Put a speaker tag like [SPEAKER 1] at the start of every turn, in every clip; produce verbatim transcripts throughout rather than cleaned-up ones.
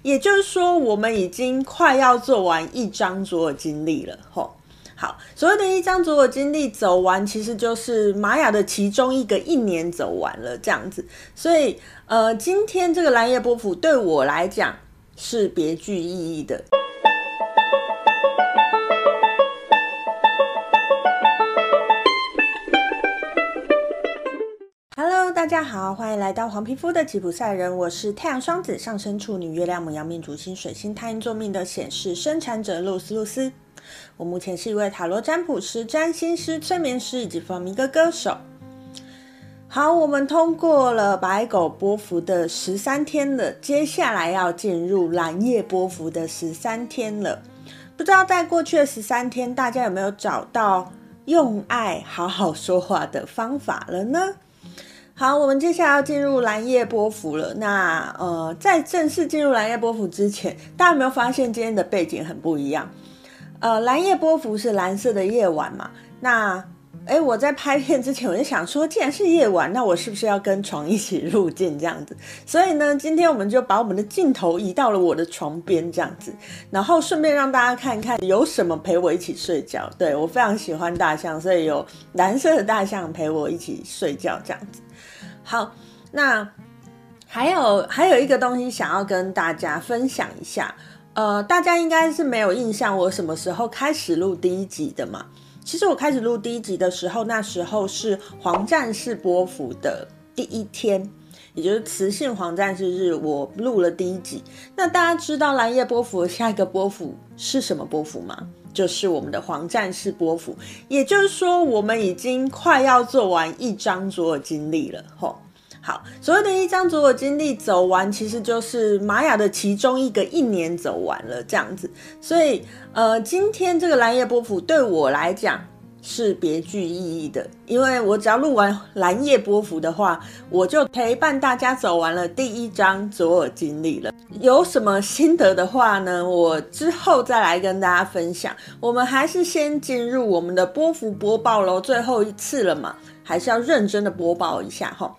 [SPEAKER 1] 也就是说我们已经快要做完一张左耳经历了吼。好，所谓的一张左耳经历走完，其实就是玛雅的其中一个一年走完了这样子。所以呃，今天这个蓝夜波符对我来讲是别具意义的。Hello， 大家好，欢迎来到黄皮肤的吉普赛人，我是太阳双子上升处女月亮牡羊命主星水星太阴座命的显示生产者露丝露丝。我目前是一位塔罗占卜师、占星师、催眠师以及弗明哥歌手。好，我们通过了白狗波符的十三天了，接下来要进入蓝夜波符的十三天了。不知道在过去的十三天，大家有没有找到用爱好好说话的方法了呢？好，我们接下来要进入蓝夜波符了。那呃，在正式进入蓝夜波符之前，大家有没有发现今天的背景很不一样？呃，蓝夜波符是蓝色的夜晚嘛？那诶我在拍片之前我就想说，既然是夜晚，那我是不是要跟床一起入镜这样子？所以呢，今天我们就把我们的镜头移到了我的床边这样子，然后顺便让大家看看有什么陪我一起睡觉。对，我非常喜欢大象，所以有蓝色的大象陪我一起睡觉这样子。好，那还有还有一个东西想要跟大家分享一下。呃，大家应该是没有印象我什么时候开始录第一集的嘛？其实我开始录第一集的时候，那时候是黄战士波符的第一天，也就是磁性黄战士日，我录了第一集。那大家知道蓝夜波符的下一个波符是什么波符吗？就是我们的黄战士波符。也就是说我们已经快要做完一张左耳经历了吼。好，所谓的一张左耳经历走完，其实就是玛雅的其中一个一年走完了这样子。所以呃，今天这个蓝夜波符对我来讲是别具意义的，因为我只要录完蓝夜波符的话，我就陪伴大家走完了第一张左耳经历了。有什么心得的话呢，我之后再来跟大家分享。我们还是先进入我们的波符播报咯，最后一次了嘛，还是要认真的播报一下齁。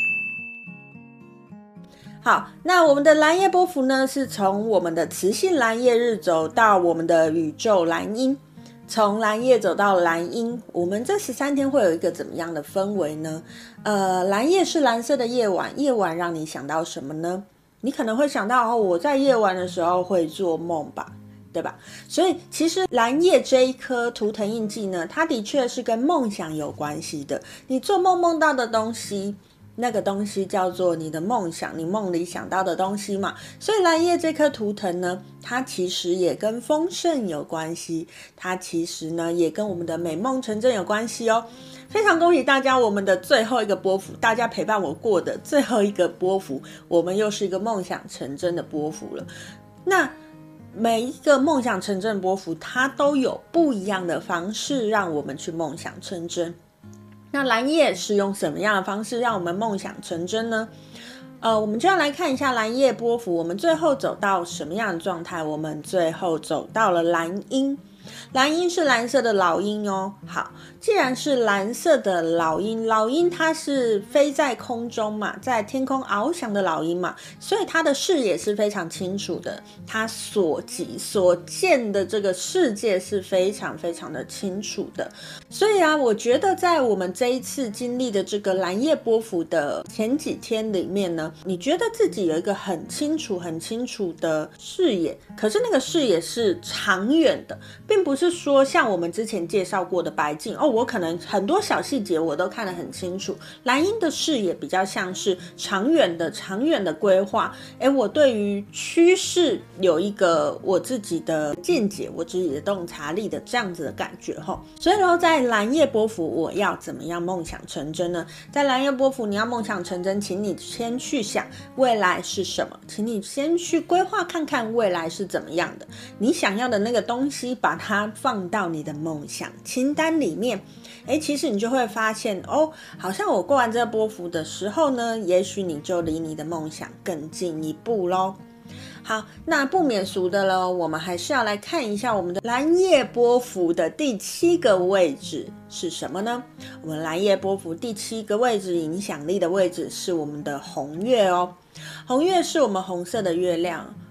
[SPEAKER 1] 好，那我们的蓝夜波符呢，是从我们的磁性蓝夜日走到我们的宇宙蓝鹰，从蓝夜走到蓝鹰，我们这十三天会有一个怎么样的氛围呢？呃，蓝夜是蓝色的夜晚，夜晚让你想到什么呢？你可能会想到哦，我在夜晚的时候会做梦吧，对吧？所以其实蓝夜这一颗图腾印记呢，它的确是跟梦想有关系的。你做梦梦到的东西，那个东西叫做你的梦想，你梦里想到的东西嘛。所以蓝夜这颗图腾呢，它其实也跟丰盛有关系，它其实呢也跟我们的美梦成真有关系哦。非常恭喜大家，我们的最后一个波符，大家陪伴我过的最后一个波符，我们又是一个梦想成真的波符了。那每一个梦想成真的波符，它都有不一样的方式让我们去梦想成真。那蓝夜是用什么样的方式让我们梦想成真呢？呃，我们就要来看一下蓝夜波符，我们最后走到什么样的状态？我们最后走到了蓝鹰。蓝鹰是蓝色的老鹰哦。好，既然是蓝色的老鹰，老鹰它是飞在空中嘛，在天空翱翔的老鹰嘛，所以它的视野是非常清楚的，它所及所见的这个世界是非常非常的清楚的。所以啊，我觉得在我们这一次经历的这个蓝夜波符的前几天里面呢，你觉得自己有一个很清楚很清楚的视野，可是那个视野是长远的，并不是说像我们之前介绍过的白镜哦，我可能很多小细节我都看得很清楚。蓝鹰的视野比较像是长远的长远的规划，诶，我对于趋势有一个我自己的见解，我自己的洞察力的这样子的感觉齁。所以说在蓝夜波符我要怎么样梦想成真呢？在蓝夜波符你要梦想成真，请你先去想未来是什么，请你先去规划看看未来是怎么样的，你想要的那个东西把它放到你的梦想清单里面。诶，其实你就会发现哦，好像我过完这个波符的时候呢，也许你就离你的梦想更进一步咯。好，那不免俗的了，我们还是要来看一下我们的蓝夜波符的第七个位置是什么呢？我们蓝夜波符第七个位置，影响力的位置是我们的红月哦。红月是我们红色的月亮，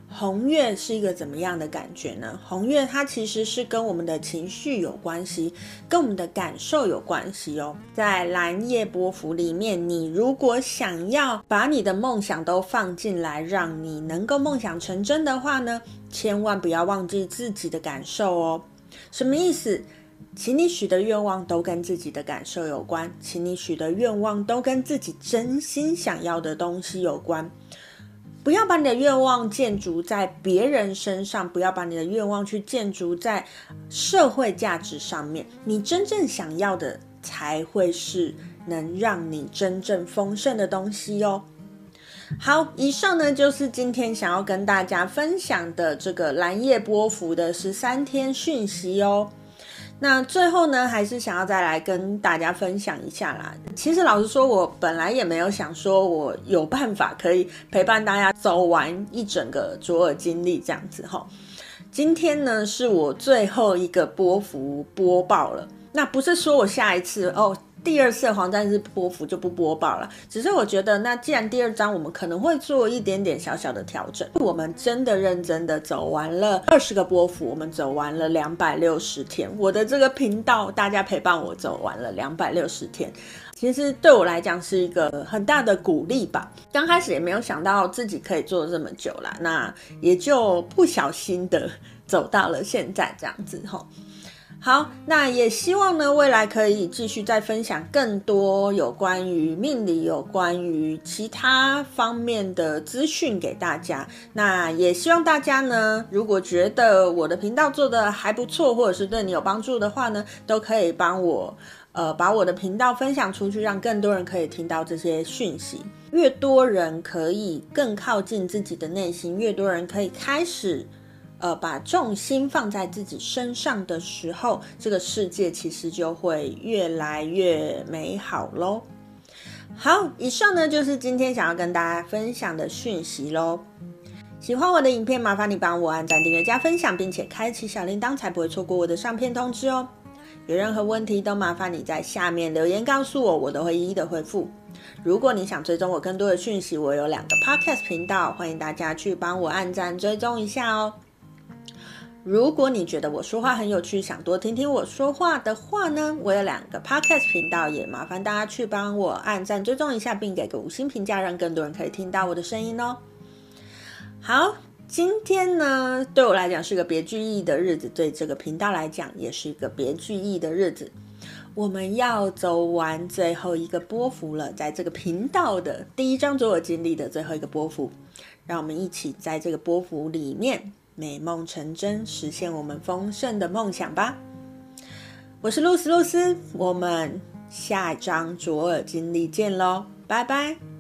[SPEAKER 1] 红月是一个怎么样的感觉呢？红月它其实是跟我们的情绪有关系，跟我们的感受有关系哦。在蓝夜波符里面，你如果想要把你的梦想都放进来，让你能够梦想成真的话呢，千万不要忘记自己的感受哦。什么意思？请你许的愿望都跟自己的感受有关，请你许的愿望都跟自己真心想要的东西有关。不要把你的愿望建筑在别人身上，不要把你的愿望去建筑在社会价值上面，你真正想要的才会是能让你真正丰盛的东西哦。好，以上呢就是今天想要跟大家分享的这个蓝夜波符的十三天讯息哦。那最后呢，还是想要再来跟大家分享一下啦。其实老实说，我本来也没有想说我有办法可以陪伴大家走完一整个卓尔金历这样子齁。今天呢是我最后一个波符播报了，那不是说我下一次哦第二次的黄战士波符就不播报了，只是我觉得那既然第二章我们可能会做一点点小小的调整，我们真的认真的走完了二十个波符，我们走完了两百六十天，我的这个频道大家陪伴我走完了两百六十天，其实对我来讲是一个很大的鼓励吧。刚开始也没有想到自己可以做这么久啦，那也就不小心的走到了现在这样子齁。好，那也希望呢未来可以继续再分享更多有关于命理有关于其他方面的资讯给大家。那也希望大家呢如果觉得我的频道做得还不错，或者是对你有帮助的话呢，都可以帮我呃把我的频道分享出去，让更多人可以听到这些讯息。越多人可以更靠近自己的内心，越多人可以开始呃，把重心放在自己身上的时候，这个世界其实就会越来越美好咯。好，以上呢就是今天想要跟大家分享的讯息咯。喜欢我的影片，麻烦你帮我按赞、订阅、加分享，并且开启小铃铛，才不会错过我的上片通知哦。有任何问题都麻烦你在下面留言告诉我，我都会一一的回复。如果你想追踪我更多的讯息，我有两个 podcast 频道，欢迎大家去帮我按赞追踪一下哦。如果你觉得我说话很有趣，想多听听我说话的话呢，我有两个 podcast 频道，也麻烦大家去帮我按赞追踪一下，并给个五星评价，让更多人可以听到我的声音哦。好，今天呢对我来讲是个别具意义的日子，对这个频道来讲也是一个别具意义的日子。我们要走完最后一个波符了，在这个频道的第一章卓尔金历的最后一个波符，让我们一起在这个波符里面美梦成真，实现我们丰盛的梦想吧。我是露丝露丝，我们下一章卓尔金历见咯，拜拜。